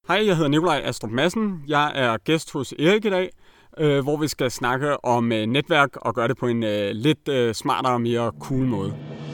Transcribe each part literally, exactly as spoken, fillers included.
Hej, jeg hedder Nikolaj Astrup Madsen. Jeg er gæst hos Erik i dag, øh, hvor vi skal snakke om øh, netværk og gøre det på en øh, lidt øh, smartere og mere cool måde.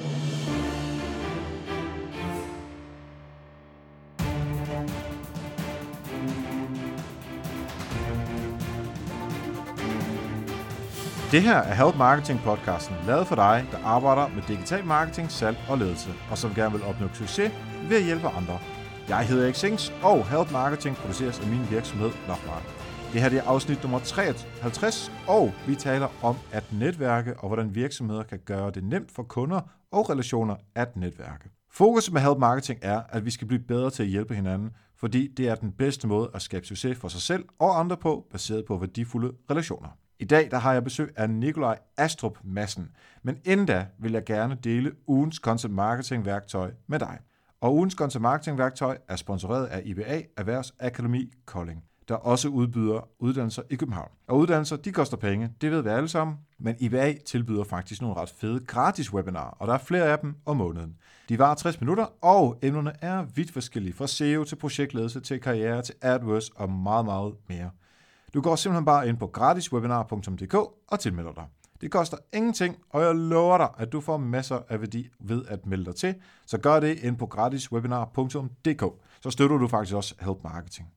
Det her er Help Marketing podcasten, lavet for dig, der arbejder med digital marketing, salg og ledelse, og som gerne vil opnå succes ved at hjælpe andre. Jeg hedder Erik Sings, og Help Marketing produceres af min virksomhed Nochmal. Det her det er afsnit nummer treoghalvtreds, og vi taler om at netværke, og hvordan virksomheder kan gøre det nemt for kunder og relationer at netværke. Fokus med Help Marketing er, at vi skal blive bedre til at hjælpe hinanden, fordi det er den bedste måde at skabe succes for sig selv og andre på, baseret på værdifulde relationer. I dag der har jeg besøg af Nikolaj Astrup Madsen, men inden da vil jeg gerne dele ugens content marketing værktøj med dig. Og ugens content marketing værktøj er sponsoreret af I B A Erhvervsakademi Kolding, der også udbyder uddannelser i København. Og uddannelser, de koster penge, det ved vi alle sammen, men I B A tilbyder faktisk nogle ret fede gratis webinarer, og der er flere af dem om måneden. De varer tres minutter, og emnerne er vidt forskellige, fra S E O til projektledelse til karriere til AdWords og meget, meget mere. Du går simpelthen bare ind på gratiswebinar punktum d k og tilmelder dig. Det koster ingenting, og jeg lover dig, at du får masser af værdi ved at melde dig til. Så gør det ind på gratiswebinar punktum d k. Så støtter du faktisk også Help Marketing.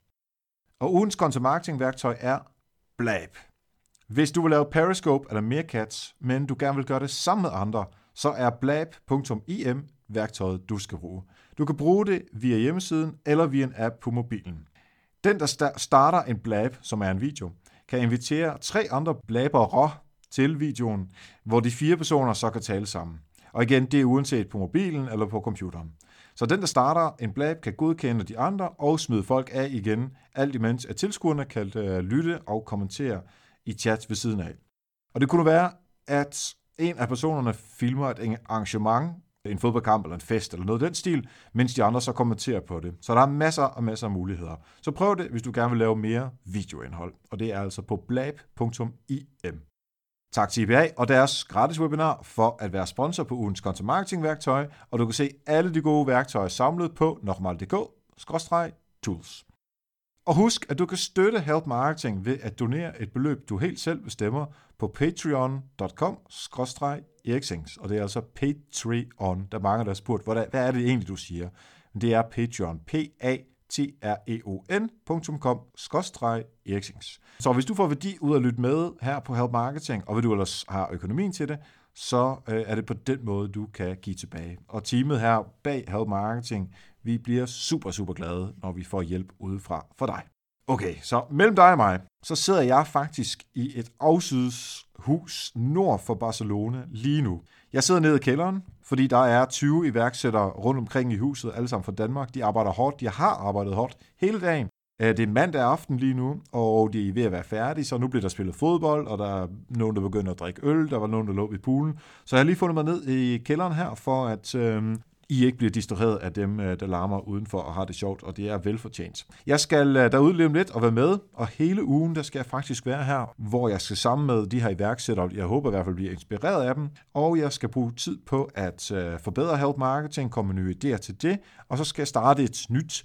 Og ugens content marketing værktøj er Blab. Hvis du vil lave Periscope eller Meerkat, men du gerne vil gøre det sammen med andre, så er blab punktum i m værktøjet, du skal bruge. Du kan bruge det via hjemmesiden eller via en app på mobilen. Den, der starter en blab, som er en video, kan invitere tre andre blabere til videoen, hvor de fire personer så kan tale sammen. Og igen, det er uanset på mobilen eller på computeren. Så den, der starter en blab, kan godkende de andre og smide folk af igen, alt imens at tilskuerne kan uh, lytte og kommentere i chat ved siden af. Og det kunne være, at en af personerne filmer et arrangement, en fodboldkamp eller en fest eller noget af den stil, mens de andre så kommenterer på det. Så der er masser og masser af muligheder. Så prøv det, hvis du gerne vil lave mere videoindhold. Og det er altså på blab punktum i m. Tak til I B A og deres gratis webinar for at være sponsor på ugens content marketing værktøj, og du kan se alle de gode værktøjer samlet på nochmal punktum d k skråstreg tools. Og husk, at du kan støtte Help Marketing ved at donere et beløb, du helt selv bestemmer på patreon punktum com skråstreg eriksings. Og det er altså Patreon. Der er mange, der har spurgt, hvad er det egentlig, du siger? Det er Patreon. p a t r e o n punktum com skråstreg eriksings. Så hvis du får værdi ud at lytte med her på Help Marketing, og hvis du ellers har økonomien til det, så øh, er det på den måde, du kan give tilbage. Og teamet her bag Help Marketing, vi bliver super, super glade, når vi får hjælp udefra for dig. Okay, så mellem dig og mig, så sidder jeg faktisk i et afsides hus nord for Barcelona lige nu. Jeg sidder nede i kælderen, fordi der er tyve iværksættere rundt omkring i huset, alle sammen fra Danmark. De arbejder hårdt, de har arbejdet hårdt hele dagen. Det er mandag aften lige nu, og de er ved at være færdige, så nu bliver der spillet fodbold, og der er nogen, der begynder at drikke øl, der var nogen, der lå ved poolen. Så jeg har lige fundet mig ned i kælderen her, for at øh, I ikke bliver distraheret af dem, der larmer udenfor og har det sjovt, og det er velfortjent. Jeg skal derude lige om lidt og være med, og hele ugen, der skal jeg faktisk være her, hvor jeg skal sammen med de her iværksættere, jeg håber i hvert fald bliver inspireret af dem, og jeg skal bruge tid på at øh, forbedre Help Marketing, komme med nye idéer til det, og så skal jeg starte et nyt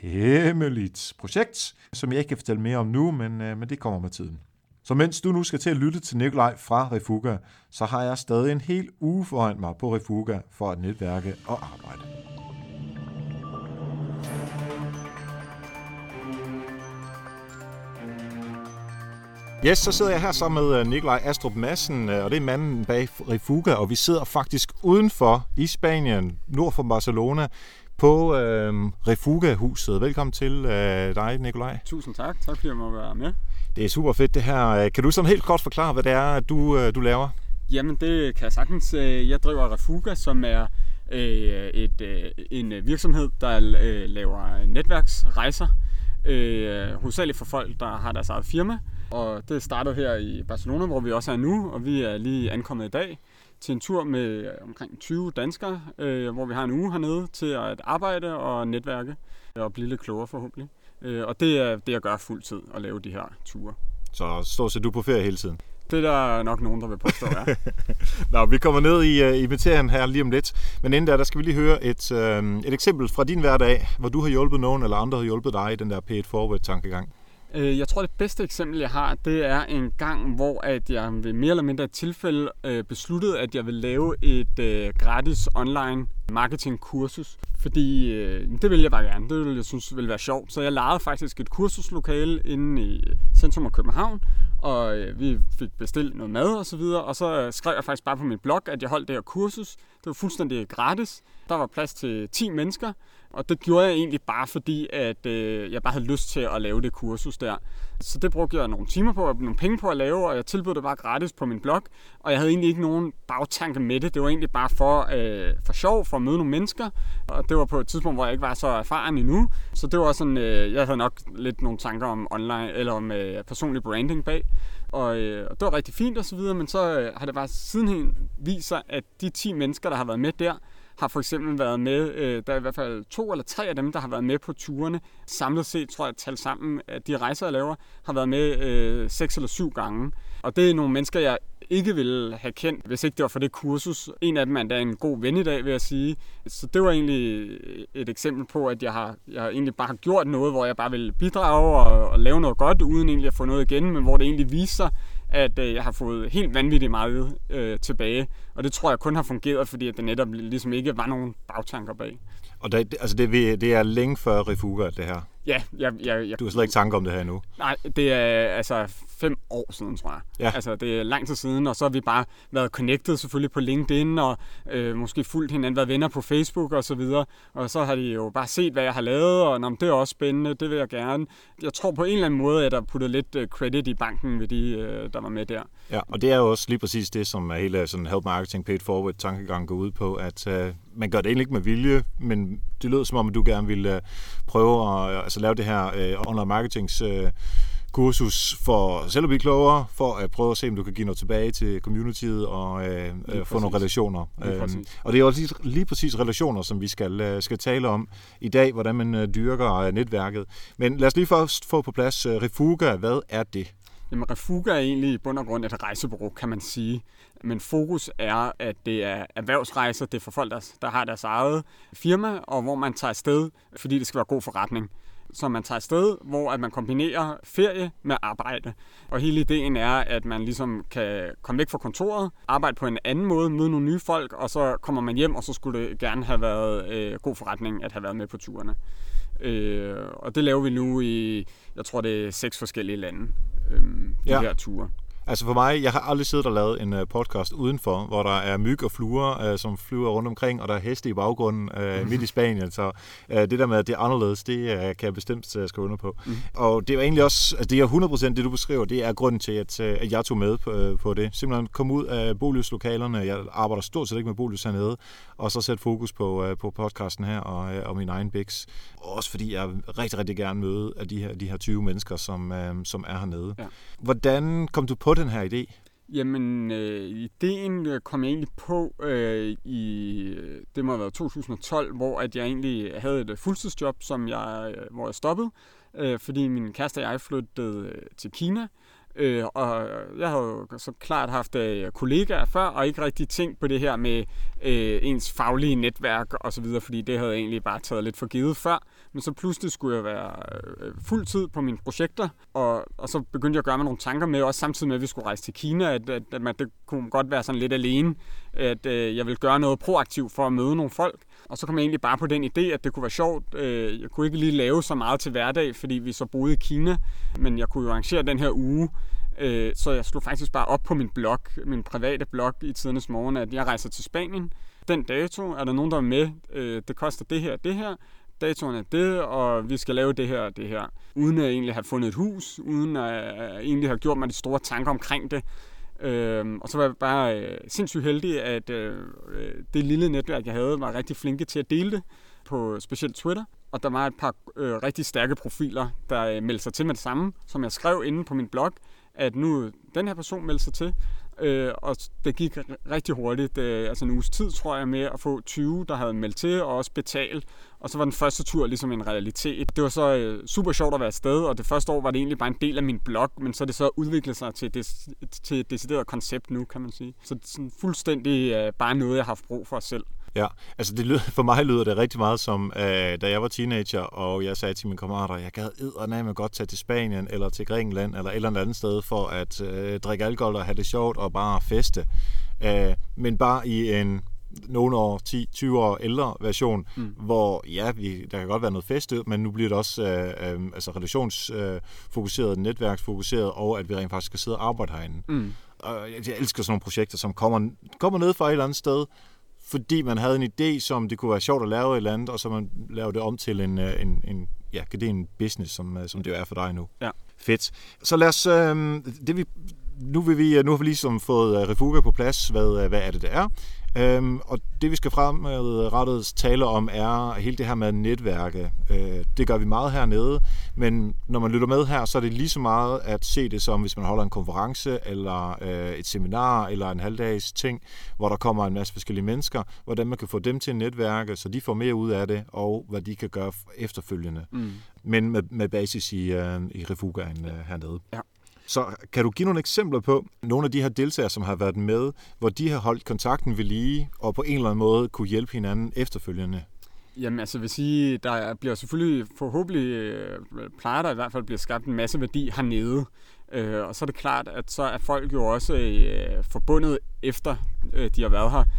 hemmeligt projekt, som jeg ikke kan fortælle mere om nu, men, øh, men det kommer med tiden. Så mens du nu skal til at lytte til Nikolaj fra Refuga, så har jeg stadig en hel uge foran mig på Refuga for at netværke og arbejde. Yes, så sidder jeg her sammen med Nikolaj Astrup Madsen, og det er manden bag Refuga, og vi sidder faktisk udenfor i Spanien, nord for Barcelona, på øh, Refuga-huset. Velkommen til øh, dig, Nikolaj. Tusind tak. Tak fordi jeg må være med. Det er super fedt det her. Kan du sådan helt kort forklare, hvad det er, du, du laver? Jamen, det kan jeg sagtens. Jeg driver Refuga, som er øh, et, en virksomhed, der øh, laver netværksrejser. Øh, hovedsageligt for folk, der har deres eget firma. Og det startede her i Barcelona, hvor vi også er nu, og vi er lige ankommet i dag til en tur med omkring tyve danskere, øh, hvor vi har en uge hernede til at arbejde og netværke og blive lidt klogere forhåbentlig. Øh, og det er det, jeg gør fuldtid, at lave de her ture. Så stort set du på ferie hele tiden? Det er der nok nogen, der vil påstå, ja. Nå, vi kommer ned i, uh, i materien her lige om lidt. Men inden der, der skal vi lige høre et, uh, et eksempel fra din hverdag, hvor du har hjulpet nogen, eller andre har hjulpet dig i den der pay it forward-tankegang. Jeg tror, det bedste eksempel, jeg har, det er en gang, hvor at jeg ved mere eller mindre et tilfælde øh, besluttede, at jeg vil lave et øh, gratis online marketingkursus. Fordi øh, det ville jeg bare gerne. Det ville jeg synes ville være sjovt. Så jeg lejede faktisk et kursuslokale inde i centrum af København, og øh, vi fik bestilt noget mad og så videre. Og så skrev jeg faktisk bare på min blog, at jeg holdt det her kursus. Det var fuldstændig gratis. Der var plads til ti mennesker. Og det gjorde jeg egentlig bare fordi, at øh, jeg bare havde lyst til at lave det kursus der. Så det brugte jeg nogle timer på, og nogle penge på at lave, og jeg tilbød det bare gratis på min blog. Og jeg havde egentlig ikke nogen bagtanke med det. Det var egentlig bare for, øh, for sjov, for at møde nogle mennesker. Og det var på et tidspunkt, hvor jeg ikke var så erfaren endnu. Så det var sådan, øh, jeg havde nok lidt nogle tanker om online, eller om øh, personlig branding bag. Og, øh, og det var rigtig fint og så videre, men så øh, har det bare sidenhen vist sig, at de ti mennesker, der har været med der, har for eksempel været med, øh, der er i hvert fald to eller tre af dem, der har været med på turene. Samlet set, tror jeg, at talt sammen, at de rejser, jeg laver, har været med øh, seks eller syv gange. Og det er nogle mennesker, jeg ikke ville have kendt, hvis ikke det var for det kursus. En af dem er endda en god ven i dag, vil jeg sige. Så det var egentlig et eksempel på, at jeg har, jeg egentlig bare har gjort noget, hvor jeg bare vil bidrage og, og lave noget godt, uden egentlig at få noget igen, men hvor det egentlig viser sig, at øh, jeg har fået helt vanvittigt meget øh, tilbage. Og det tror jeg kun har fungeret, fordi at det netop ligesom ikke var nogen bagtanker bag. Og det, altså det, det er længe før Refuga, det her? Ja, jeg, jeg, jeg... Du har slet ikke tanker om det her endnu? Nej, det er altså fem år siden, tror jeg. Ja. Altså, det er lang tid siden, og så har vi bare været connected selvfølgelig på LinkedIn, og øh, måske fulgt hinanden, været venner på Facebook og så videre. Og så har de jo bare set, hvad jeg har lavet, og nå, det er også spændende, det vil jeg gerne. Jeg tror på en eller anden måde, at der puttet lidt credit i banken ved de, øh, der var med der. Ja, og det er jo også lige præcis det, som hele sådan help marketing paid forward tankegang går ud på, at øh, man gør det egentlig ikke med vilje, men det lød som om, at du gerne ville øh, prøve at altså, lave det her øh, online marketings øh, kursus for selv at blive klogere, for at prøve at se, om du kan give noget tilbage til communityet og øh, øh, få nogle relationer. Øhm, og det er også lige, lige præcis relationer, som vi skal, øh, skal tale om i dag, hvordan man øh, dyrker øh, netværket. Men lad os lige først få på plads øh, Refuga. Hvad er det? Jamen, Refuga er egentlig i bund og grund et rejsebureau, kan man sige. Men fokus er, at det er erhvervsrejser. Det er for folk, der, der har deres eget firma, og hvor man tager afsted, fordi det skal være god forretning. Så man tager afsted, hvor at man kombinerer ferie med arbejde. Og hele ideen er, at man ligesom kan komme væk fra kontoret, arbejde på en anden måde, møde nogle nye folk, og så kommer man hjem, og så skulle det gerne have været øh, god forretning at have været med på turene. Øh, og det laver vi nu i, jeg tror det er seks forskellige lande, øh, de ja. her ture. Altså for mig, jeg har aldrig siddet og lavet en podcast udenfor, hvor der er myg og fluer, øh, som flyver rundt omkring, og der er heste i baggrunden øh, midt i Spanien. Så øh, det der med, at det er anderledes, det øh, kan jeg bestemt øh, skrive under på. Mm. Og det er egentlig også, altså det er hundrede procent det, du beskriver, det er grunden til, at, øh, at jeg tog med på, øh, på det. Simpelthen komme ud af Bolius-lokalerne, jeg arbejder stort set ikke med Bolius hernede, og så sætte fokus på, øh, på podcasten her og, øh, og min egen biks. Også fordi jeg rigtig, rigtig gerne møde af de her, de her tyve mennesker, som, øh, som er hernede. Ja. Hvordan kom du på den her idé? Jamen, øh, ideen kom jeg egentlig på øh, i, det må have været to tusind og tolv, hvor at jeg egentlig havde et fuldtidsjob, som jeg, hvor jeg stoppede, øh, fordi min kæreste og jeg flyttede til Kina. Øh, og jeg har jo så klart haft øh, kollegaer før, og ikke rigtig tænkt på det her med øh, ens faglige netværk og så videre, fordi det havde jeg egentlig bare taget lidt for givet før. Men så pludselig skulle jeg være øh, fuld tid på mine projekter, og, og så begyndte jeg at gøre mig nogle tanker med, også samtidig med, at vi skulle rejse til Kina, at, at, at man, det kunne godt være sådan lidt alene, at øh, jeg ville gøre noget proaktivt for at møde nogle folk. Og så kom jeg egentlig bare på den idé, at det kunne være sjovt. Øh, jeg kunne ikke lige lave så meget til hverdag, fordi vi så boede i Kina, men jeg kunne jo arrangere den her uge. Så jeg slog faktisk bare op på min blog, min private blog i tidernes morgen, at jeg rejser til Spanien. Den dato er der nogen, der er med. Det koster det her det her. Datoen er det, og vi skal lave det her og det her. Uden at egentlig have fundet et hus, uden at egentlig have gjort mig de store tanker omkring det. Og så var jeg bare sindssygt heldig, at det lille netværk, jeg havde, var rigtig flinke til at dele det på specielt Twitter. Og der var et par øh, rigtig stærke profiler, der øh, meldte sig til med det samme, som jeg skrev inde på min blog, at nu den her person meldte sig til. øh, og det gik rigtig hurtigt. Øh, altså en uges tid, tror jeg, med at få tyve, der havde meldt til og også betalt. Og så var den første tur ligesom en realitet. Det var så øh, super sjovt at være afsted, og det første år var det egentlig bare en del af min blog, men så er det så udviklet sig til, des, til et decideret koncept nu, kan man sige. Så det er sådan fuldstændig øh, bare noget, jeg har haft brug for selv. Ja, altså det lyder, for mig lyder det rigtig meget som, øh, da jeg var teenager, og jeg sagde til mine kammerater, jeg gad eddermame godt tage til Spanien, eller til Grækenland, eller et eller andet sted, for at øh, drikke alkohol og have det sjovt, og bare feste. Øh, men bare i en nogle år, ti til tyve år ældre version, mm. hvor ja, vi, der kan godt være noget fest, men nu bliver det også øh, øh, altså relationsfokuseret, øh, netværksfokuseret, og at vi rent faktisk skal sidde og arbejde herinde. Mm. Og jeg, jeg elsker sådan nogle projekter, som kommer, kommer ned fra et eller andet sted, fordi man havde en idé, som det kunne være sjovt at lave et eller andet, og så man laver det om til en, en, en ja, det er en business, som, som det jo er for dig nu. Ja. Fedt. Så lad os, øh, det vi, nu, vil vi, nu har vi ligesom fået Refuga på plads, hvad, hvad er det, det er. Øhm, og det vi skal fremadrettet tale om er hele det her med netværke. Øh, det gør vi meget hernede, men når man lytter med her, så er det lige så meget at se det som, hvis man holder en konference, eller øh, et seminar, eller en halvdags ting, hvor der kommer en masse forskellige mennesker, hvordan man kan få dem til at netværke, så de får mere ud af det, og hvad de kan gøre efterfølgende. Mm. Men med, med basis i, øh, i Refugaen øh, hernede. Ja. Så kan du give nogle eksempler på nogle af de her deltagere, som har været med, hvor de har holdt kontakten ved lige, og på en eller anden måde kunne hjælpe hinanden efterfølgende? Jamen altså, jeg vil sige, der bliver selvfølgelig forhåbentlig, plejer der i hvert fald bliver skabt en masse værdi hernede. Øh, og så er det klart, at så er folk jo også øh, forbundet efter øh, de har været her.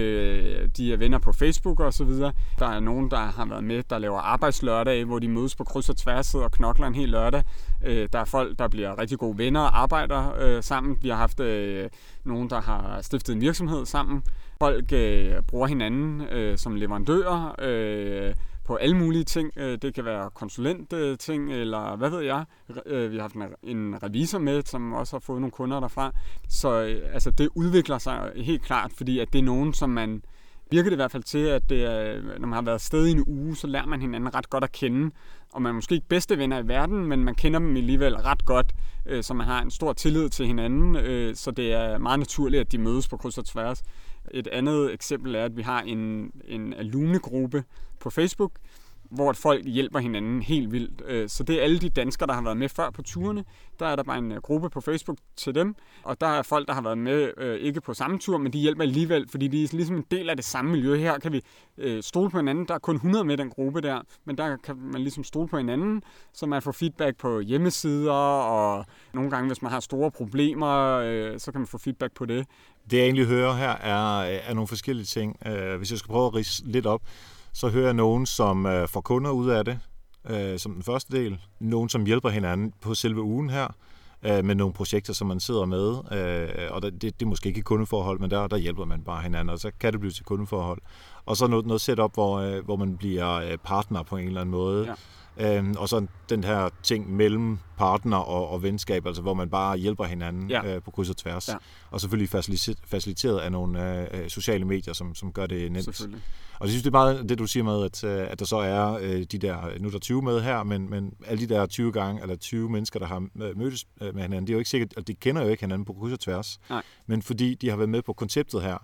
Øh, de er venner på Facebook og så videre. Der er nogen, der har været med, der laver arbejdslørdag, hvor de mødes på kryds og tværs og knokler en hel lørdag. Øh, der er folk, der bliver rigtig gode venner og arbejder øh, sammen. Vi har haft øh, nogen, der har stiftet en virksomhed sammen. Folk øh, bruger hinanden øh, som leverandører øh, på alle mulige ting. Det kan være konsulentting, eller hvad ved jeg. Vi har haft en revisor med, som også har fået nogle kunder derfra. Så altså, det udvikler sig helt klart, fordi at det er nogen, som man virker det i hvert fald til, at det er, når man har været afsted i en uge, så lærer man hinanden ret godt at kende. Og man er måske ikke bedste venner i verden, men man kender dem alligevel ret godt, så man har en stor tillid til hinanden. Så det er meget naturligt, at de mødes på kryds og tværs. Et andet eksempel er, at vi har en, en alumnegruppe på Facebook, hvor folk hjælper hinanden helt vildt. Så det er alle de danskere, der har været med før på turene. Der er der bare en gruppe på Facebook til dem, og der er folk, der har været med ikke på samme tur, men de hjælper alligevel, fordi de er ligesom en del af det samme miljø. Her kan vi stole på hinanden. Der er kun hundrede med den gruppe der, men der kan man ligesom stole på hinanden, så man får feedback på hjemmesider, og nogle gange, hvis man har store problemer, så kan man få feedback på det. Det jeg egentlig hører her er, er nogle forskellige ting. Hvis jeg skal prøve at ridse lidt op, så hører jeg nogen, som øh, får kunder ud af det, øh, som den første del. Nogen, som hjælper hinanden på selve ugen her, øh, med nogle projekter, som man sidder med. Øh, og det, det er måske ikke kundeforhold, men der, der hjælper man bare hinanden, og så kan det blive til kundeforhold. Og så noget, noget setup, hvor, øh, hvor man bliver partner på en eller anden måde. Ja. Øhm, og så den her ting mellem partner og, og venskab, altså hvor man bare hjælper hinanden ja. øh, på kryds og tværs. Ja. Og selvfølgelig faciliteret af nogle øh, sociale medier, som, som gør det nemt. Og jeg synes, det er meget det, du siger med, at, at der så er øh, de der, nu er der tyve med her, men, men alle de der tyve gange, eller tyve mennesker, der har mødtes med hinanden, det er jo ikke sikkert, at de kender jo ikke hinanden på kryds og tværs. Nej. Men fordi de har været med på konceptet her,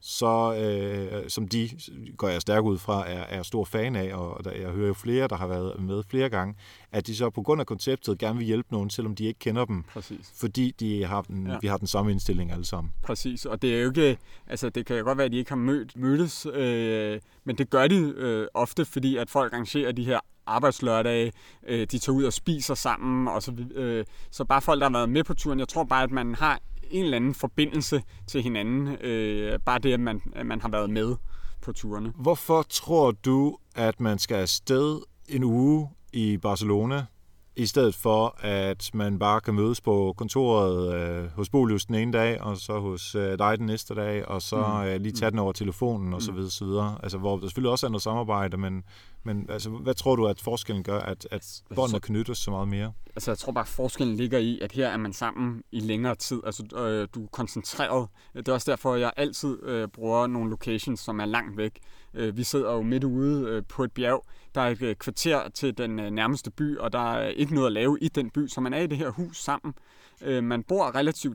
så øh, som de, går jeg stærkt ud fra, er, er stor fan af, og der, jeg hører jo flere, der har været med flere gange, at de så på grund af konceptet gerne vil hjælpe nogen, selvom de ikke kender dem. Præcis. Fordi de har den, ja. vi har den samme indstilling alle sammen. Præcis, og det er jo ikke, altså det kan jo godt være, at de ikke har mødt, mødtes, øh, men det gør de øh, ofte, fordi at folk arrangerer de her arbejdslørdage, øh, de tager ud og spiser sammen, og så, øh, så bare folk, der har været med på turen, jeg tror bare, at man har en eller anden forbindelse til hinanden. Øh, bare det, at man, at man har været med på turene. Hvorfor tror du, at man skal afsted en uge i Barcelona, i stedet for, at man bare kan mødes på kontoret øh, hos Bolius den ene dag, og så hos øh, dig den næste dag, og så mm. øh, lige tage den over telefonen, og så videre, så videre. Altså, hvor der selvfølgelig også er noget samarbejde, men, men altså, hvad tror du, at forskellen gør, at, at båndene knyttes så meget mere? Altså, jeg tror bare, at forskellen ligger i, at her er man sammen i længere tid. Altså, øh, du er koncentreret. Det er også derfor, jeg altid øh, bruger nogle locations, som er langt væk. Øh, vi sidder jo midt ude øh, på et bjerg. Der er et øh, kvarter til den øh, nærmeste by, og der er ikke noget at lave i den by, så man er i det her hus sammen. Øh, man bor relativt tæt,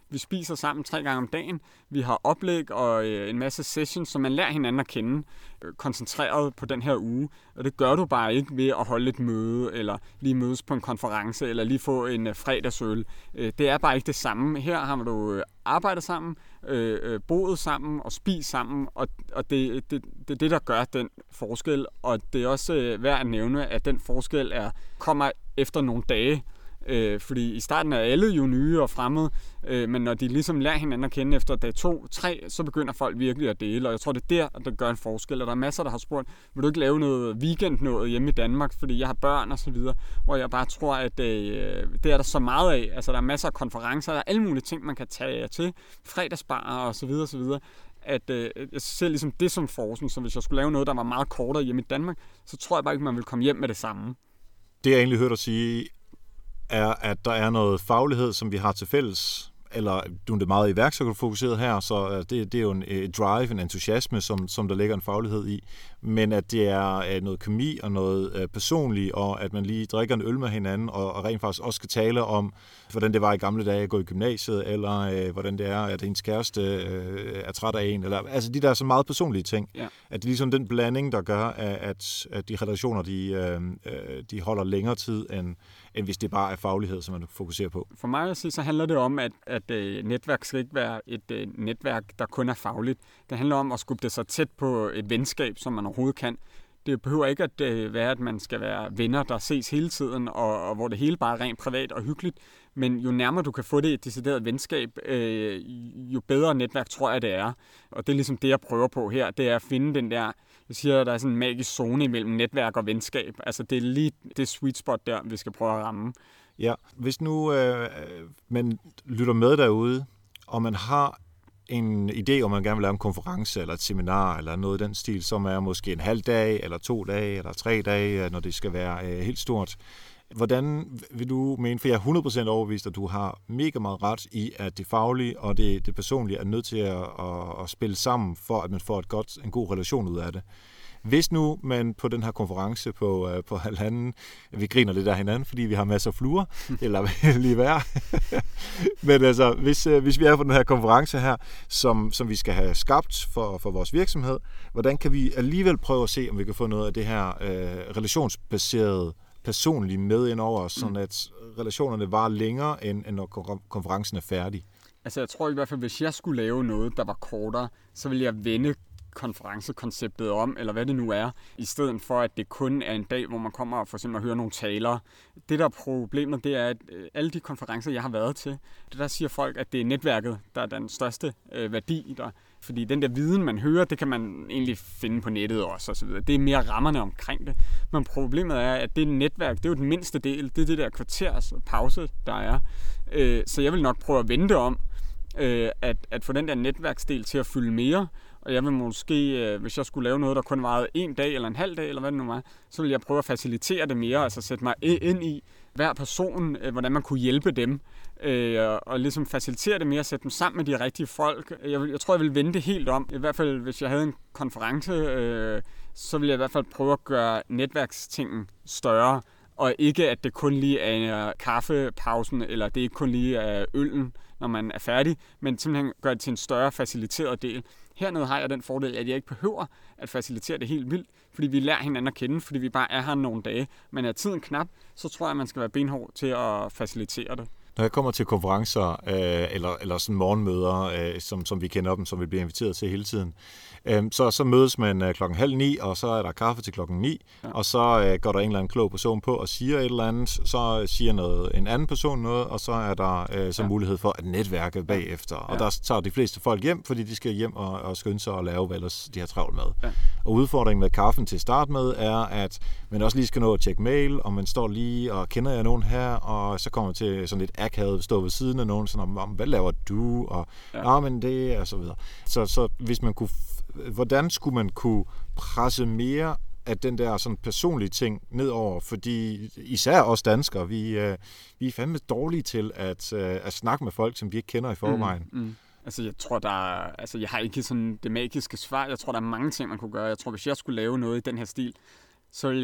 Vi spiser sammen tre gange om dagen. Vi har oplæg og øh, en masse sessions, så man lærer hinanden at kende øh, koncentreret på den her uge. Og det gør du bare ikke ved at holde et møde, eller lige mødes på en konference, eller lige få en øh, fredagsøl. Øh, det er bare ikke det samme. Her har du øh, arbejdet sammen, øh, øh, boet sammen og spist sammen, og, og det, det, det er det, der gør den forskel. Og det er også øh, værd at nævne, at den forskel er kommer efter nogle dage. Øh, fordi i starten er alle jo nye og fremmede, øh, men når de ligesom lærer hinanden at kende efter dag to, tre, så begynder folk virkelig at dele, og jeg tror, det er der, der gør en forskel. Og der er masser, der har spurgt, vil du ikke lave noget weekend noget hjemme i Danmark, fordi jeg har børn og så videre, hvor jeg bare tror, at øh, det er der så meget af. Altså, der er masser af konferencer, der er alle mulige ting, man kan tage til, fredagsbarer og så videre, og så videre. At øh, jeg ser ligesom det som forsen, så hvis jeg skulle lave noget, der var meget kortere hjemme i Danmark, så tror jeg bare ikke, man vil komme hjem med det samme. Det jeg egentlig hørt dig sige, er, at der er noget faglighed, som vi har til fælles, eller du er det meget iværksætterfokuseret her, så det, det er jo en et drive, en entusiasme, som, som der ligger en faglighed i, men at det er noget kemi og noget personligt, og at man lige drikker en øl med hinanden, og, og rent faktisk også skal tale om, hvordan det var i gamle dage at gå i gymnasiet, eller øh, hvordan det er, at ens kæreste øh, er træt af en, eller altså de der så meget personlige ting, ja. At det er ligesom den blanding, der gør, at, at de relationer, de, øh, de holder længere tid, end, end hvis det bare er faglighed, som man fokuserer på. For mig at sige, så handler det om, at, at øh, netværk skal ikke være et øh, netværk, der kun er fagligt. Det handler om at skubbe det så tæt på et venskab, som man overhovedet kan. Det behøver ikke at øh, være, at man skal være venner, der ses hele tiden, og, og hvor det hele bare er rent privat og hyggeligt. Men jo nærmere du kan få det et decideret venskab, øh, jo bedre netværk tror jeg, det er. Og det er ligesom det, jeg prøver på her, det er at finde den der, jeg siger, at der er sådan en magisk zone imellem netværk og venskab. Altså det er lige det sweet spot der, vi skal prøve at ramme. Ja, hvis nu øh, man lytter med derude, og man har en idé om, man gerne vil lave en konference eller et seminar eller noget i den stil, som er måske en halv dag, eller to dage, eller tre dage, når det skal være øh, helt stort. Hvordan vil du mene, for jeg er hundrede procent overbevist, at du har mega meget ret i, at det faglige og det, det personlige er nødt til at, at, at spille sammen, for at man får et godt, en god relation ud af det. Hvis nu man på den her konference på, uh, på halvanden, vi griner lidt af hinanden, fordi vi har masser af fluer, eller lige værre. Men altså, hvis, uh, hvis vi er på den her konference her, som, som vi skal have skabt for, for vores virksomhed, hvordan kan vi alligevel prøve at se, om vi kan få noget af det her uh, relationsbaserede personligt med ind over os, sådan at relationerne varer længere, end, end når konferencen er færdig? Altså, jeg tror i hvert fald, hvis jeg skulle lave noget, der var kortere, så ville jeg vende konferencekonceptet om, eller hvad det nu er, i stedet for, at det kun er en dag, hvor man kommer og for eksempel hører nogle talere. Det, der er problemet, det er, at alle de konferencer, jeg har været til, det der siger folk, at det er netværket, der er den største øh, værdi der. Fordi den der viden, man hører, det kan man egentlig finde på nettet også, og så videre. Det er mere rammerne omkring det. Men problemet er, at det netværk, det er jo den mindste del. Det er det der kvarters pause, der er. Øh, så jeg vil nok prøve at vende det om, øh, at, at få den der netværksdel til at fylde mere. Og jeg vil måske, hvis jeg skulle lave noget, der kun varede en dag eller en halv dag, eller hvad det nu var, så ville jeg prøve at facilitere det mere, altså sætte mig ind i hver person, hvordan man kunne hjælpe dem, og ligesom facilitere det mere, sætte dem sammen med de rigtige folk. Jeg, vil, jeg tror, jeg ville vende det helt om. I hvert fald, hvis jeg havde en konference, så ville jeg i hvert fald prøve at gøre netværkstingen større, og ikke at det kun lige er kaffepausen, eller det ikke kun lige er øllen, når man er færdig, men simpelthen gøre det til en større faciliteret del. Hernede har jeg den fordel, at jeg ikke behøver at facilitere det helt vildt, fordi vi lærer hinanden at kende, fordi vi bare er her nogle dage. Men er tiden knap, så tror jeg, at man skal være benhård til at facilitere det. Når jeg kommer til konferencer øh, eller, eller sådan morgenmøder, øh, som, som vi kender dem, som vi bliver inviteret til hele tiden, øh, så, så mødes man øh, klokken halv ni, og så er der kaffe til klokken ni, ja. Og så øh, går der en eller anden klog person på og siger et eller andet, så siger noget, en anden person noget, og så er der øh, så ja. mulighed for at netværke bagefter. Og ja. der tager de fleste folk hjem, fordi de skal hjem og, og skynde sig og lave, hvad ellers de har travlt med. Ja. Og udfordringen med kaffen til start med er, at man også lige skal nå at tjekke mail, og man står lige og kender jeg nogen her, og så kommer man til sådan lidt akavet stå ved siden af nogen, sådan om, hvad laver du, og ja, men det, og så videre. Så, så hvis man kunne, hvordan skulle man kunne presse mere af den der sådan personlige ting nedover, fordi især os danskere, vi, øh, vi er fandme dårlige til at, øh, at snakke med folk, som vi ikke kender i forvejen. Mm, mm. Altså, jeg tror, der er, altså, jeg har ikke sådan det magiske svar. Jeg tror, der er mange ting, man kunne gøre. Jeg tror, hvis jeg skulle lave noget i den her stil, så ville jeg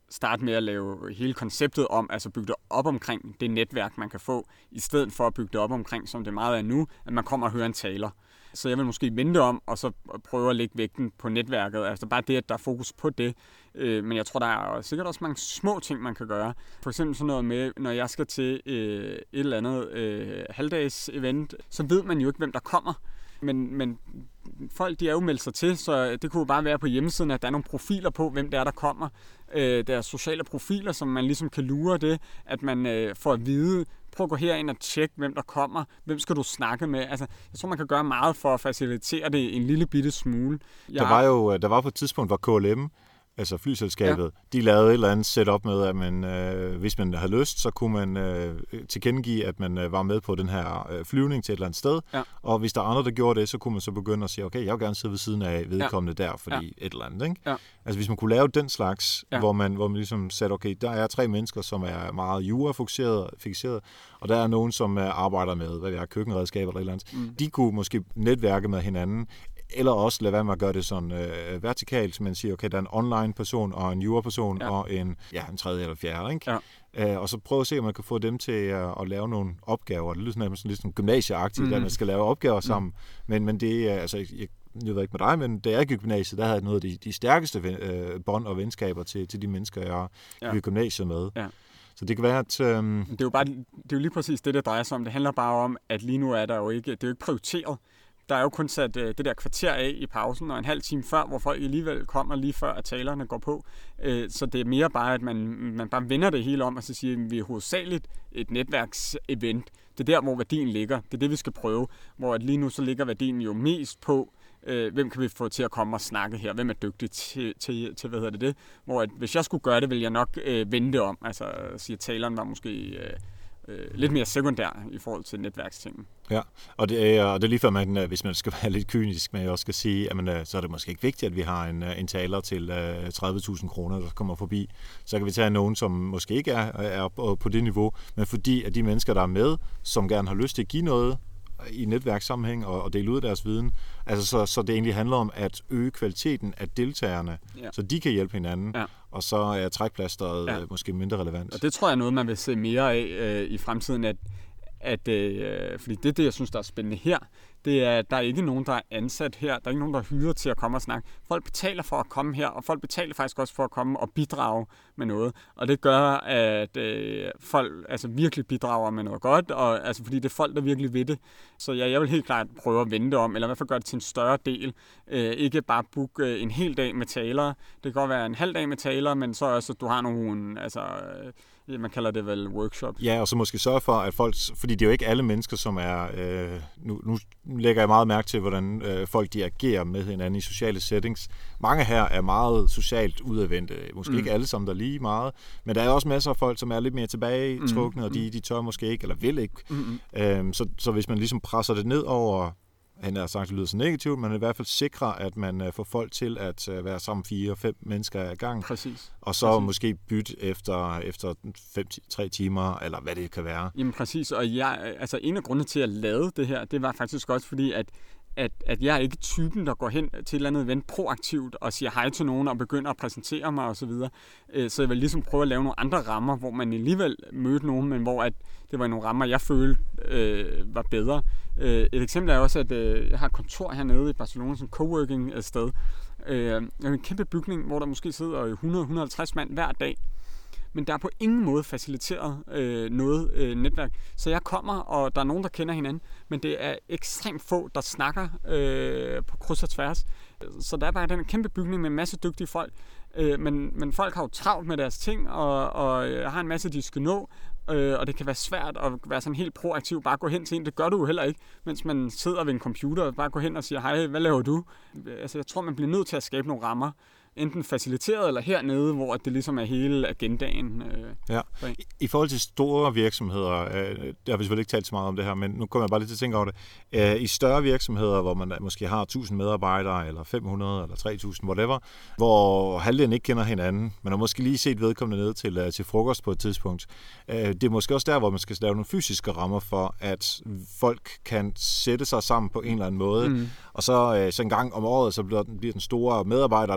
starte med at lave hele konceptet om, altså bygge det op omkring det netværk, man kan få, i stedet for at bygge det op omkring, som det meget er nu, at man kommer og hører en taler. Så jeg vil måske vente om, og så prøve at lægge vægten på netværket. Altså bare det, at der er fokus på det. Men jeg tror, der er sikkert også mange små ting, man kan gøre. For eksempel sådan noget med, når jeg skal til et eller andet halvdags event, så ved man jo ikke, hvem der kommer. Men, men folk, de er jo meldt sig til, så det kunne jo bare være på hjemmesiden, at der er nogle profiler på, hvem det er, der kommer. Der er sociale profiler, som man ligesom kan lure det, at man får at vide, prøv at gå herind og tjekke, hvem der kommer. Hvem skal du snakke med? Altså, jeg tror, man kan gøre meget for at facilitere det en lille bitte smule. Jeg... Der var jo der var på et tidspunkt, hvor K L M, altså flyselskabet, ja. de lavede et eller andet setup med, at man, øh, hvis man havde lyst, så kunne man øh, tilkendegive, at man øh, var med på den her øh, flyvning til et eller andet sted. Ja. Og hvis der er andre, der gjorde det, så kunne man så begynde at sige, okay, jeg vil gerne sidde ved siden af vedkommende ja. der, fordi ja. et eller andet. Ikke? Ja. Altså hvis man kunne lave den slags, ja. hvor, man, hvor man ligesom sagde, okay, der er tre mennesker, som er meget jura-fikseret, og der er nogen, som arbejder med, hvad det er, køkkenredskaber eller et eller andet. Mm. De kunne måske netværke med hinanden, eller også lade være med at gøre det sådan øh, vertikalt, så man siger, okay, der er en online-person og en jura-person ja. og en, ja, en tredje eller fjerde, ikke? Ja. Øh, og så prøve at se, om man kan få dem til at, at lave nogle opgaver. Det lyder sådan lidt sådan gymnasieagtigt, mm. at man skal lave opgaver sammen. Mm. Men, men det er, altså, jeg, jeg ved ikke med dig, men da jeg gik i gymnasiet, der havde jeg noget af de, de stærkeste øh, bånd og venskaber til, til de mennesker, jeg ja. gik i gymnasiet med. Ja. Så det kan være, at... Øhm... Det er jo bare, det er jo lige præcis det, det drejer sig om. Det handler bare om, at lige nu er der jo ikke, det er jo ikke prioriteret. Der er jo kun sat det der kvarter af i pausen, og en halv time før, hvor folk alligevel kommer lige før, at talerne går på. Så det er mere bare, at man, man bare vender det hele om, og så siger, at vi er hovedsageligt et netværksevent. Det er der, hvor værdien ligger. Det er det, vi skal prøve. Hvor at lige nu så ligger værdien jo mest på, hvem kan vi få til at komme og snakke her? Hvem er dygtig til, til, til hvad hedder det det? Hvor at, hvis jeg skulle gøre det, ville jeg nok øh, vende om. Altså sige, at taleren var måske... Øh, lidt mere sekundær i forhold til netværkstingen. Ja, og det er, og det er lige før, man, hvis man skal være lidt kynisk, men jeg også skal sige, at man, så er det måske ikke vigtigt, at vi har en, en taler til tredive tusind kroner, der kommer forbi. Så kan vi tage nogen, som måske ikke er, er på det niveau, men fordi at de mennesker, der er med, som gerne har lyst til at give noget i netværkssammenhæng og, og dele ud af deres viden, altså så, så det egentlig handler om at øge kvaliteten af deltagerne, ja. så de kan hjælpe hinanden, ja. og så er trækplasteret ja. måske mindre relevant. Og det tror jeg er noget, man vil se mere af øh, i fremtiden, at, at øh, fordi det er det, jeg synes, der er spændende her, det er, at der er ikke nogen, der er ansat her. Der er ikke nogen, der er hyret til at komme og snakke. Folk betaler for at komme her, og folk betaler faktisk også for at komme og bidrage med noget. Og det gør, at øh, folk altså, virkelig bidrager med noget godt, og, altså, fordi det er folk, der virkelig ved det. Så ja, jeg vil helt klart prøve at vende det om, eller i hvert fald gøre det til en større del. Øh, ikke bare booke øh, en hel dag med talere. Det kan godt være en halv dag med talere, men så også, at du har nogle... Altså, øh, man kalder det vel workshop. Ja, og så måske sørge for, at folk... Fordi det er jo ikke alle mennesker, som er... Øh, nu, nu lægger jeg meget mærke til, hvordan øh, folk de agerer med hinanden i sociale settings. Mange her er meget socialt udadvendte. Måske mm. ikke alle sammen, der lige meget. Men der er også masser af folk, som er lidt mere tilbagetrukne, mm. og de, de tør måske ikke, eller vil ikke. Mm. Øhm, så, så hvis man ligesom presser det ned over... Han har sagt, at det lyder så negativt, men i hvert fald sikrer, at man får folk til at være sammen fire og fem mennesker ad gang. Præcis. Og så præcis. måske bytte efter, efter fem, tre timer, eller hvad det kan være. Jamen præcis, og jeg, altså en af grundene til at lave det her, det var faktisk også fordi, at At, at jeg er ikke typen, der går hen til et eller andet event proaktivt og siger hej til nogen og begynder at præsentere mig osv. Så, så jeg vil ligesom prøve at lave nogle andre rammer, hvor man alligevel mødte nogen, men hvor at det var nogle rammer, jeg følte øh, var bedre. Øh, et eksempel er også, at øh, jeg har et kontor hernede i Barcelona, som coworking sted. Øh, en kæmpe bygning, hvor der måske sidder hundrede til hundrede og halvtreds mand hver dag. Men der er på ingen måde faciliteret øh, noget øh, netværk. Så jeg kommer, og der er nogen, der kender hinanden, men det er ekstremt få, der snakker øh, på kryds og tværs. Så der er bare den kæmpe bygning med en masse dygtige folk. Øh, men, men folk har jo travlt med deres ting, og, og har en masse, de skal nå. Øh, og det kan være svært at være sådan helt proaktiv. Bare gå hen til en. Det gør du jo heller ikke, mens man sidder ved en computer og bare gå hen og siger, hej, hvad laver du? Altså, jeg tror, man bliver nødt til at skabe nogle rammer. Enten faciliteret eller hernede, hvor det ligesom er hele agendaen. Øh, ja. I, I forhold til store virksomheder, øh, der har vi selvfølgelig ikke talt så meget om det her, men nu kommer jeg bare lidt til at tænke over det. Øh, I større virksomheder, hvor man måske har tusind medarbejdere, eller fem hundrede, eller tre tusind, whatever, hvor halvdelen ikke kender hinanden, man har måske lige set vedkommende ned til, uh, til frokost på et tidspunkt. Øh, det er måske også der, hvor man skal lave nogle fysiske rammer for, at folk kan sætte sig sammen på en eller anden måde, mm. og så, øh, så en gang om året, så bliver den, bliver den store medarbejderdag, og så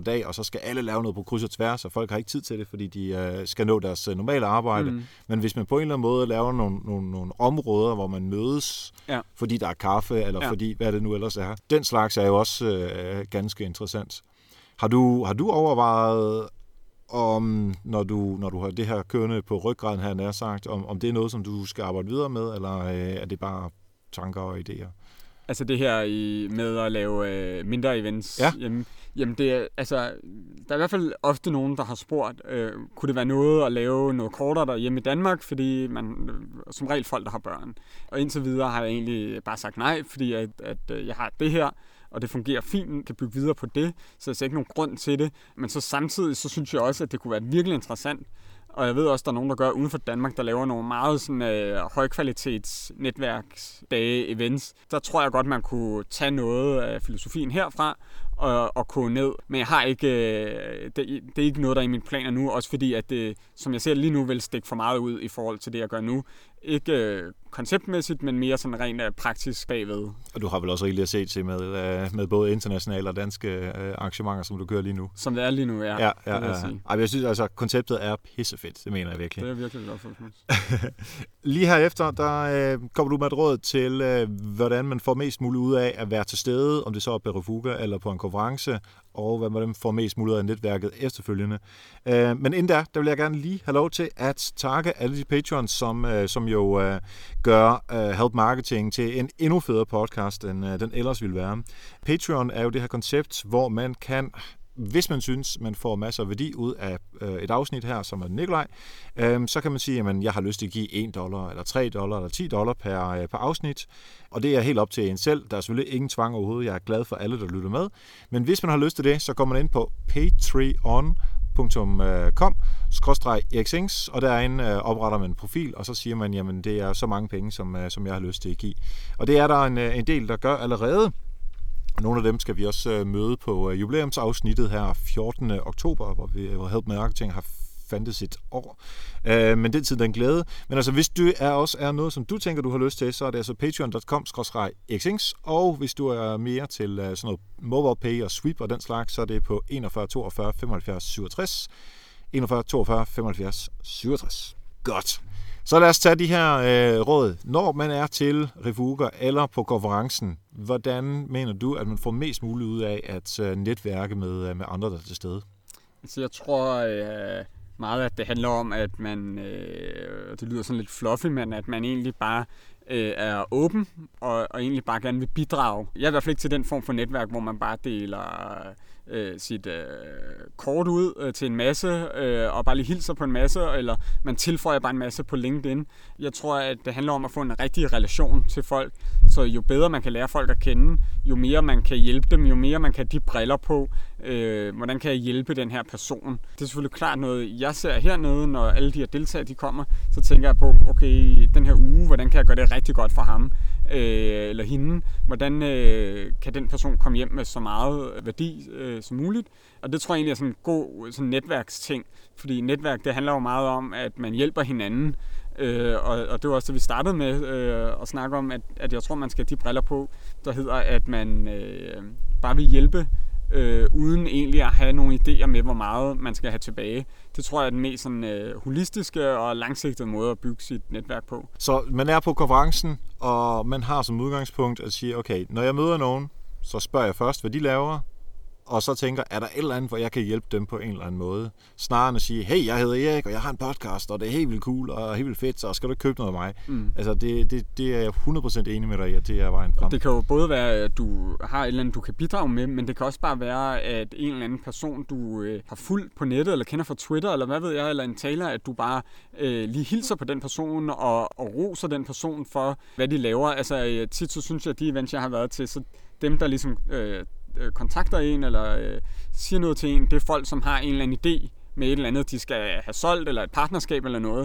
skal alle lave noget på kryds og tværs, og folk har ikke tid til det, fordi de øh, skal nå deres øh, normale arbejde. Mm. Men hvis man på en eller anden måde laver nogle, nogle, nogle områder, hvor man mødes, ja. fordi der er kaffe, eller ja. fordi hvad det nu ellers er. Den slags er jo også øh, ganske interessant. Har du, har du overvejet, om når du, når du har det her kørende på ryggraden her nær sagt, om, om det er noget, som du skal arbejde videre med, eller øh, er det bare tanker og idéer? Altså det her i, med at lave øh, mindre events ja. hjemme, jamen det er, altså, der er i hvert fald ofte nogen, der har spurgt, øh, kunne det være noget at lave noget kortere derhjemme i Danmark, fordi man, øh, som regel folk, der har børn. Og indtil videre har jeg egentlig bare sagt nej, fordi at, at øh, jeg har det her, og det fungerer fint, kan bygge videre på det, så jeg ser ikke nogen grund til det. Men så samtidig, så synes jeg også, at det kunne være virkelig interessant. Og jeg ved også, at der er nogen, der gør uden for Danmark, der laver nogle meget sådan, øh, højkvalitets netværksdage, events. Der tror jeg godt, man kunne tage noget af filosofien herfra og, og gå ned. Men jeg har ikke, øh, det, det er ikke noget, der er i mine planer nu, også fordi, at det, som jeg ser lige nu, vil stikke for meget ud i forhold til det, jeg gør nu. Ikke øh, konceptmæssigt, men mere sådan rent øh, praktisk bagved. Og du har vel også rigeligt at se til med, øh, med både internationale og danske øh, arrangementer, som du kører lige nu? Som det er lige nu, ja. Ja, ja, ja. Jeg, Ej, jeg synes altså, konceptet er pissefedt. Det mener jeg virkelig. Det er virkelig godt for Lige herefter, der øh, kommer du med et råd til, øh, hvordan man får mest muligt ud af at være til stede, om det så er på Refuga eller på en konference, og hvad man får mest muligt af netværket efterfølgende. Øh, men inden da, der vil jeg gerne lige have lov til at takke alle de patrons, som, øh, som jo øh, gør øh, Help Marketing til en endnu federe podcast, end øh, den ellers ville være. Patreon er jo det her koncept, hvor man kan, hvis man synes, man får masser af værdi ud af øh, et afsnit her, som er Nikolaj, øh, så kan man sige, at jeg har lyst til at give en dollar, eller tre dollar, eller ti dollar per, øh, per afsnit. Og det er helt op til en selv. Der er selvfølgelig ingen tvang overhovedet. Jeg er glad for alle, der lytter med. Men hvis man har lyst til det, så går man ind på patreon punktum com skråstreg Erik Sings, og derinde øh, opretter man en profil, og så siger man, jamen det er så mange penge, som, øh, som jeg har lyst til at give. Og det er der en, en del, der gør allerede. Og nogle af dem skal vi også øh, møde på øh, jubilæumsafsnittet her fjortende oktober, hvor vi hvor Help Marketing har fandtes et år. Øh, men den tid, den glæde. Men altså, hvis du er også er noget, som du tænker, du har lyst til, så er det altså patreon punktum com skråstreg Erik Sings, og hvis du er mere til uh, sådan noget mobile pay og sweep og den slags, så er det på enogfyrre toogfyrre femoghalvfjerds syvogtres. enogfyrre toogfyrre femoghalvfjerds syvogtres. Godt. Så lad os tage de her øh, råd. Når man er til Refuga eller på konferencen, hvordan mener du, at man får mest muligt ud af at øh, netværke med, med andre, der er til stede? Så jeg tror øh, meget, at det handler om, at man, øh, det lyder sådan lidt fluffy, men at man egentlig bare øh, er åben og, og egentlig bare gerne vil bidrage. Jeg er i hvert fald ikke til den form for netværk, hvor man bare deler øh, sit øh, kort ud øh, til en masse øh, og bare lige hilser på en masse, eller man tilføjer bare en masse på LinkedIn. Jeg tror, at det handler om at få en rigtig relation til folk, så jo bedre man kan lære folk at kende, jo mere man kan hjælpe dem, jo mere man kan de briller på, øh, hvordan kan jeg hjælpe den her person. Det er selvfølgelig klart noget, jeg ser hernede, når alle de her deltagere de kommer, så tænker jeg på, okay, den her uge, hvordan kan jeg gøre det rigtig godt for ham øh, eller hende? Hvordan øh, kan den person komme hjem med så meget værdi øh, som muligt? Og det tror jeg egentlig er sådan en god sådan netværksting, fordi netværk, det handler jo meget om, at man hjælper hinanden, øh, og, og det var også det, vi startede med øh, at snakke om, at, at jeg tror, man skal have de briller på, der hedder, at man øh, bare vil hjælpe, øh, uden egentlig at have nogle idéer med, hvor meget man skal have tilbage. Det tror jeg er den mest sådan, øh, holistiske og langsigtede måde at bygge sit netværk på. Så man er på konferencen, og man har som udgangspunkt at sige, okay, når jeg møder nogen, så spørger jeg først, hvad de laver, og så tænker, er der et eller andet, hvor jeg kan hjælpe dem på en eller anden måde? Snarere end at sige, hey, jeg hedder Erik, og jeg har en podcast, og det er helt vildt cool, og helt vildt fedt, så skal du ikke købe noget af mig? Mm. Altså, det, det, det er jeg hundrede procent enig med dig i, at det er vejen frem. Det kan jo både være, at du har et eller andet, du kan bidrage med, men det kan også bare være, at en eller anden person, du øh, har fulgt på nettet, eller kender fra Twitter, eller hvad ved jeg, eller en taler, at du bare øh, lige hilser på den person, og, og roser den person for, hvad de laver. Altså, tit så synes jeg, at de events, jeg har været til, så dem, der ligesom øh, kontakter en, eller øh, siger noget til en, det er folk, som har en eller anden idé med et eller andet, de skal have solgt, eller et partnerskab eller noget.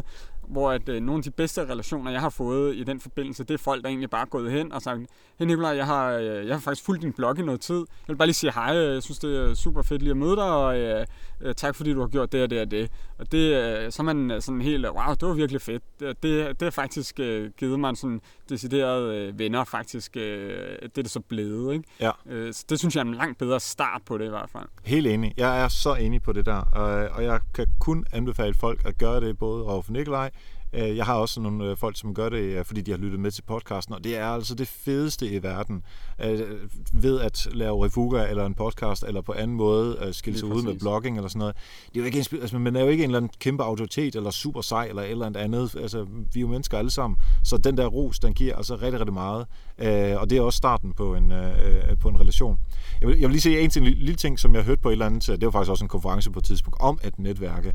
hvor at øh, nogle af de bedste relationer, jeg har fået i den forbindelse, det er folk, der egentlig bare er gået hen og sagt, hey Nikolaj, jeg har, øh, jeg har faktisk fulgt din blog i noget tid. Jeg vil bare lige sige hej, jeg synes, det er super fedt lige at møde dig, og øh, øh, tak fordi du har gjort det og det og det. Og det, øh, så er man sådan helt, wow, det var virkelig fedt. Det, det har faktisk øh, givet mig en sådan decideret øh, venner, faktisk. Øh, det er det så blevet, ikke? Ja. Øh, så det synes jeg er en langt bedre start på det i hvert fald. Helt enig. Jeg er så enig på det der, og jeg kan kun anbefale folk at gøre det, både over for Nikolaj. Jeg har også nogle folk, som gør det, fordi de har lyttet med til podcasten, og det er altså det fedeste i verden, ved at lave refuga eller en podcast, eller på anden måde skille sig ud med blogging eller sådan noget. Det er jo ikke, altså, man er jo ikke en eller anden kæmpe autoritet, eller super sej, eller et eller andet. Altså, vi er jo mennesker alle sammen, så den der ros, den giver altså rigtig, rigtig meget, og det er også starten på en, på en relation. Jeg vil, jeg vil lige sige en ting, en lille ting, som jeg hørte på et eller andet, det var faktisk også en konference på et tidspunkt om at netværke,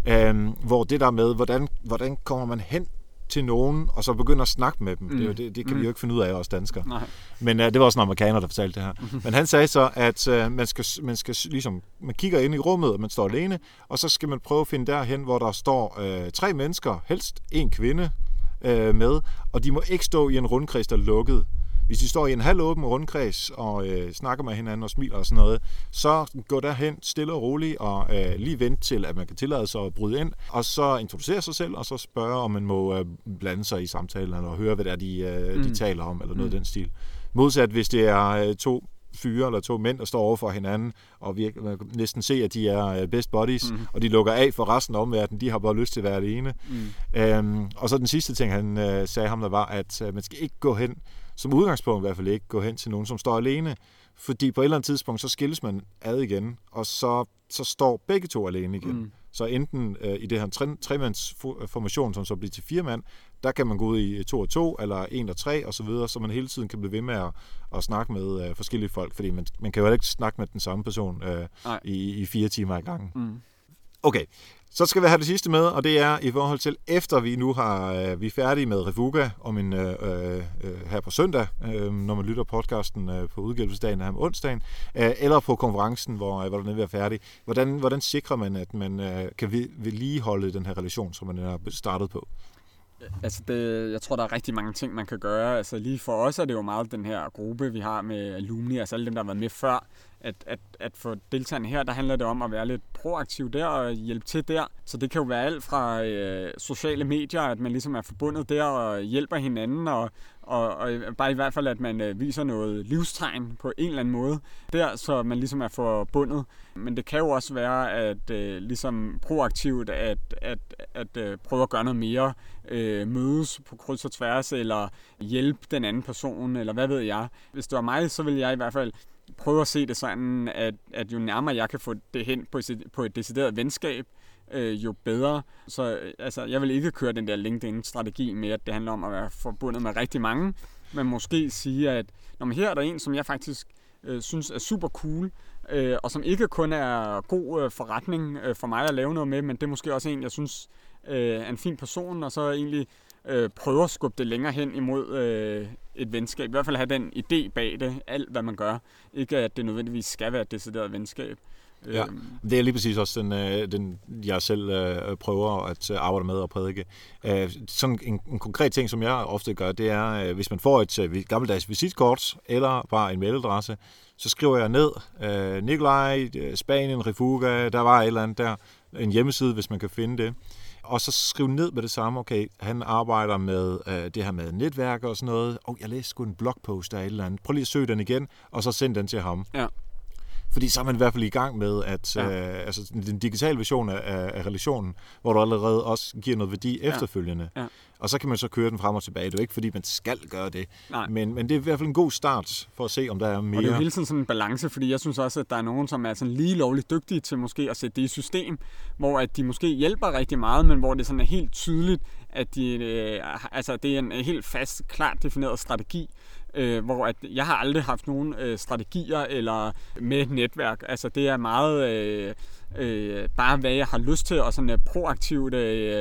hvor det der med, hvordan, hvordan kommer man hen til nogen, og så begynder at snakke med dem. Mm. Det, det, det kan mm. vi jo ikke finde ud af, os danskere. Nej. Men uh, det var også en amerikaner, der fortalte det her. Mm-hmm. Men han sagde så, at uh, man skal, man skal ligesom, man kigger ind i rummet, og man står alene, og så skal man prøve at finde derhen, hvor der står uh, tre mennesker, helst en kvinde, uh, med, og de må ikke stå i en rundkreds, der er lukket. Hvis de står i en halvåben rundkreds og øh, snakker med hinanden og smiler og sådan noget, så gå derhen stille og roligt og øh, lige vente til, at man kan tillade sig at bryde ind, og så introducere sig selv, og så spørge, om man må øh, blande sig i samtalen og høre, hvad det er, de, øh, mm. de taler om, eller noget mm. den stil. Modsat, hvis det er øh, to fyre eller to mænd, der står over for hinanden, og vi kan næsten se, at de er best buddies, mm. og de lukker af for resten af omverdenen. De har bare lyst til at være alene. Mm. Øhm, og så den sidste ting, han øh, sagde ham, der var, at øh, man skal ikke gå hen, som udgangspunkt i hvert fald ikke, gå hen til nogen, som står alene, fordi på et eller andet tidspunkt, så skilles man ad igen, og så, så står begge to alene igen. Mm. Så enten øh, i det her tre, tremandsformation, som så bliver til fire mand, der kan man gå ud i to og to, eller en og tre, og så videre, så man hele tiden kan blive ved med at, at snakke med øh, forskellige folk, fordi man, man kan jo ikke snakke med den samme person øh, i, i fire timer i gangen. Mm. Okay, så skal vi have det sidste med, og det er i forhold til, efter vi nu har, øh, vi er færdige med Refuga om en, øh, øh, her på søndag, øh, når man lytter podcasten øh, på udgivelsesdagen her om onsdagen, øh, eller på konferencen, hvor, hvor den er ved at være færdig. Hvordan, hvordan sikrer man, at man øh, kan vedligeholde den her relation, som man er startet på? Altså det, jeg tror, der er rigtig mange ting, man kan gøre. Altså lige for os er det jo meget den her gruppe, vi har med alumni, altså alle dem, der har været med før. At, at, at for deltagerne her, der handler det om at være lidt proaktiv der og hjælpe til der. Så det kan jo være alt fra øh, sociale medier, at man ligesom er forbundet der og hjælper hinanden, og, og, og bare i hvert fald, at man øh, viser noget livstegn på en eller anden måde der, så man ligesom er forbundet. Men det kan jo også være, at øh, ligesom proaktivt, at, at, at øh, prøve at gøre noget mere, øh, mødes på kryds og tværs, eller hjælpe den anden person, eller hvad ved jeg. Hvis det var mig, så ville jeg i hvert fald prøve at se det sådan, at, at jo nærmere jeg kan få det hen på et, på et decideret venskab, øh, jo bedre. Så altså, jeg vil ikke køre den der LinkedIn-strategi med, at det handler om at være forbundet med rigtig mange, men måske sige, at når man her er der en, som jeg faktisk øh, synes er super cool, øh, og som ikke kun er god øh, forretning øh, for mig at lave noget med, men det er måske også en, jeg synes øh, er en fin person, og så egentlig øh, prøve at skubbe det længere hen imod øh, et venskab. I hvert fald have den idé bag det, alt hvad man gør. Ikke at det nødvendigvis skal være et decideret venskab. Ja, det er lige præcis også den, den jeg selv øh, prøver at arbejde med og prædike. Øh, sådan en, en konkret ting, som jeg ofte gør, det er, øh, hvis man får et øh, gammeldags visitkort, eller bare en mailadresse, så skriver jeg ned, øh, Nikolaj, Spanien, Refuga, der var et eller andet der, en hjemmeside, hvis man kan finde det. Og så skriv ned med det samme, okay, han arbejder med øh, det her med netværk og sådan noget. Og jeg læste sgu en blogpost af et eller andet. Prøv lige at søge den igen, og så send den til ham. Ja. Fordi så er man i hvert fald i gang med, at ja. øh, altså, den digitale version af, af relationen, hvor du allerede også giver noget værdi ja. efterfølgende. Ja. Og så kan man så køre den frem og tilbage. Det er jo ikke, fordi man skal gøre det. Men, men det er i hvert fald en god start for at se, om der er mere. Og det er jo hele tiden sådan en balance, fordi jeg synes også, at der er nogen, som er sådan lige lovligt dygtige til måske at sætte det i system, hvor at de måske hjælper rigtig meget, men hvor det sådan er helt tydeligt, at de, øh, altså, det er en helt fast, klart defineret strategi. Øh, hvor at jeg har aldrig haft nogen øh, strategier eller med netværk. Altså det er meget øh, øh, bare hvad jeg har lyst til og sådan øh, proaktivt øh,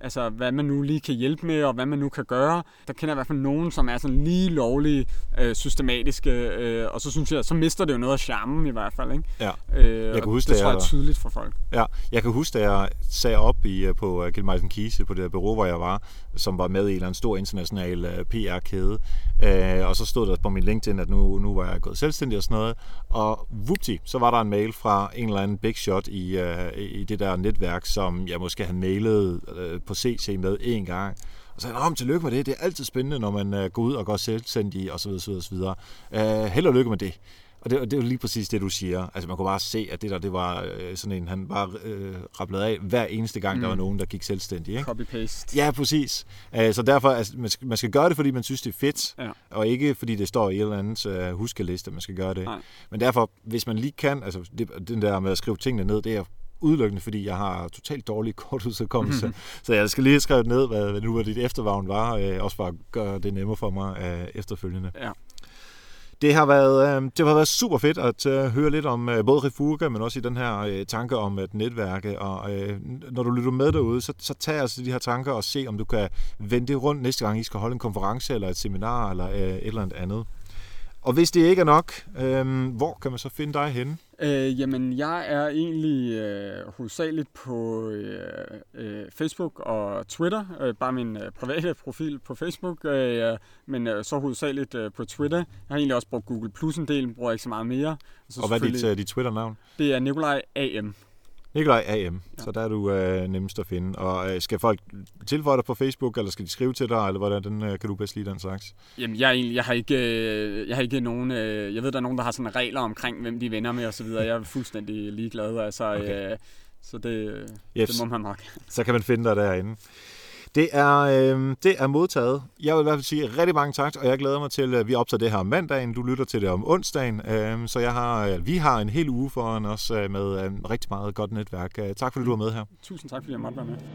altså hvad man nu lige kan hjælpe med, og hvad man nu kan gøre. Der kender jeg i hvert fald nogen, som er sådan lige lovlige, øh, systematiske, øh, og så synes jeg, så mister det jo noget af charmen i hvert fald, ikke? Ja. Øh, jeg kan huske, det tror jeg er tydeligt for folk. Ja, jeg kan huske, da jeg sagde op i, på Gilmeisen Kise, på det der bureau, hvor jeg var, som var med i en eller anden stor international uh, P R-kæde, uh, og så stod der på min LinkedIn, at nu, nu var jeg gået selvstændig og sådan noget, og vupti, så var der en mail fra en eller anden big shot i, uh, i det der netværk, som jeg måske havde mailet uh, på C C med en gang. Og så sagde jeg, tillykke med det, det er altid spændende, når man uh, går ud og går selvstændig, og så videre, så videre, så videre. Uh, held og lykke med det. Og det, det er jo lige præcis det, du siger. Altså man kunne bare se, at det der, det var øh, sådan en, han bare øh, rablede af hver eneste gang, mm. der var nogen, der gik selvstændig. Ikke? Copy-paste. Ja, præcis. Øh, så derfor, altså, man, skal, man skal gøre det, fordi man synes, det er fedt, ja. Og ikke fordi det står i en eller anden øh, huskeliste, man skal gøre det. Nej. Men derfor, hvis man lige kan, altså det, den der med at skrive tingene ned, det er udelukkende, fordi jeg har totalt dårlig kortudkommelse. Mm-hmm. Så jeg skal lige skrive ned, hvad, hvad nu dit eftervagn var, øh, også for at gøre det nemmere for mig øh, efterfølgende. Ja. Det har været, øh, det har været super fedt at øh, høre lidt om øh, både Refuga, men også i den her øh, tanke om et netværke. Og øh, når du lytter med derude, så, så tag altså de her tanker og se, om du kan vende det rundt næste gang, I skal holde en konference eller et seminar eller øh, et eller andet. Og hvis det ikke er nok, øh, hvor kan man så finde dig henne? Øh, jamen, jeg er egentlig øh, hovedsageligt på øh, øh, Facebook og Twitter. Øh, bare min øh, private profil på Facebook, øh, men øh, så hovedsageligt øh, på Twitter. Jeg har egentlig også brugt Google Plus en del, bruger jeg ikke så meget mere. Så og hvad er dit, uh, dit Twitter-navn? Det er Nikolaj A M. Nikolaj A M, ja. Så der er du øh, nemmest at finde. Og øh, skal folk tilføje dig på Facebook, eller skal de skrive til dig, eller hvordan øh, kan du bedst lide den slags? Jamen, jeg, egentlig, jeg, har ikke, øh, jeg har ikke nogen... Øh, jeg ved, der er nogen, der har sådan regler omkring, hvem de venner med osv. Jeg er fuldstændig ligeglad, altså... Okay. Øh, så det, yes. det må man nok. Så kan man finde dig derinde. Det er, øh, det er modtaget. Jeg vil i hvert fald sige rigtig mange tak, og jeg glæder mig til, at vi optager det her om mandagen. Du lytter til det om onsdagen, øh, så jeg har, vi har en hel uge foran os øh, med øh, rigtig meget godt netværk. Øh, tak fordi du var med her. Tusind tak, fordi jeg måtte være med.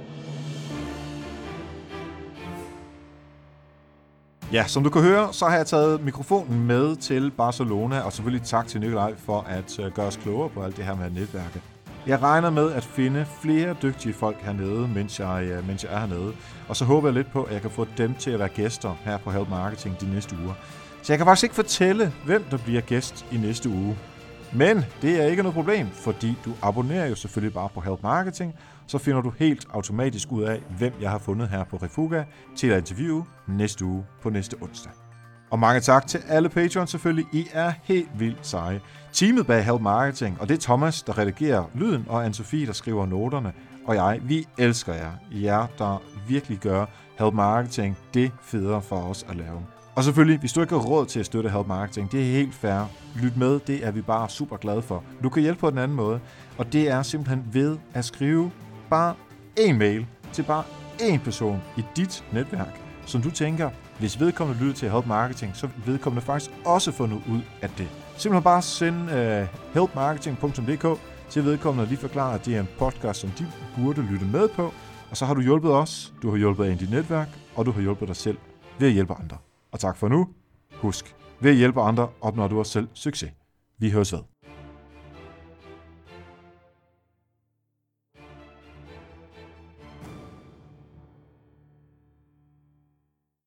Ja, som du kan høre, så har jeg taget mikrofonen med til Barcelona, og selvfølgelig tak til Nikolaj for at gøre os klogere på alt det her med netværket. Jeg regner med at finde flere dygtige folk hernede, mens jeg, mens jeg er hernede. Og så håber jeg lidt på, at jeg kan få dem til at være gæster her på Help Marketing de næste uger. Så jeg kan faktisk ikke fortælle, hvem der bliver gæst i næste uge. Men det er ikke noget problem, fordi du abonnerer jo selvfølgelig bare på Help Marketing. Så finder du helt automatisk ud af, hvem jeg har fundet her på Refuga til at interviewe næste uge på næste onsdag. Og mange tak til alle Patreons selvfølgelig. I er helt vildt seje. Teamet bag Help Marketing, og det er Thomas, der redigerer lyden, og Anne-Sophie, der skriver noterne. Og jeg, vi elsker jer. Jer, der virkelig gør Help Marketing det federe for os at lave. Og selvfølgelig, hvis du ikke har råd til at støtte Help Marketing, det er helt fair. Lyt med, det er vi bare super glade for. Du kan hjælpe på den anden måde, og det er simpelthen ved at skrive bare én mail til bare én person i dit netværk, som du tænker, hvis vedkommende lytter til Help Marketing, så vil vedkommende faktisk også få noget ud af det. Simpelthen bare send uh, help marketing punktum d k til vedkommende og lige forklare, at det er en podcast, som de burde lytte med på. Og så har du hjulpet os, du har hjulpet en i dit netværk, og du har hjulpet dig selv ved at hjælpe andre. Og tak for nu. Husk, ved at hjælpe andre opnår du også selv succes. Vi høres ved.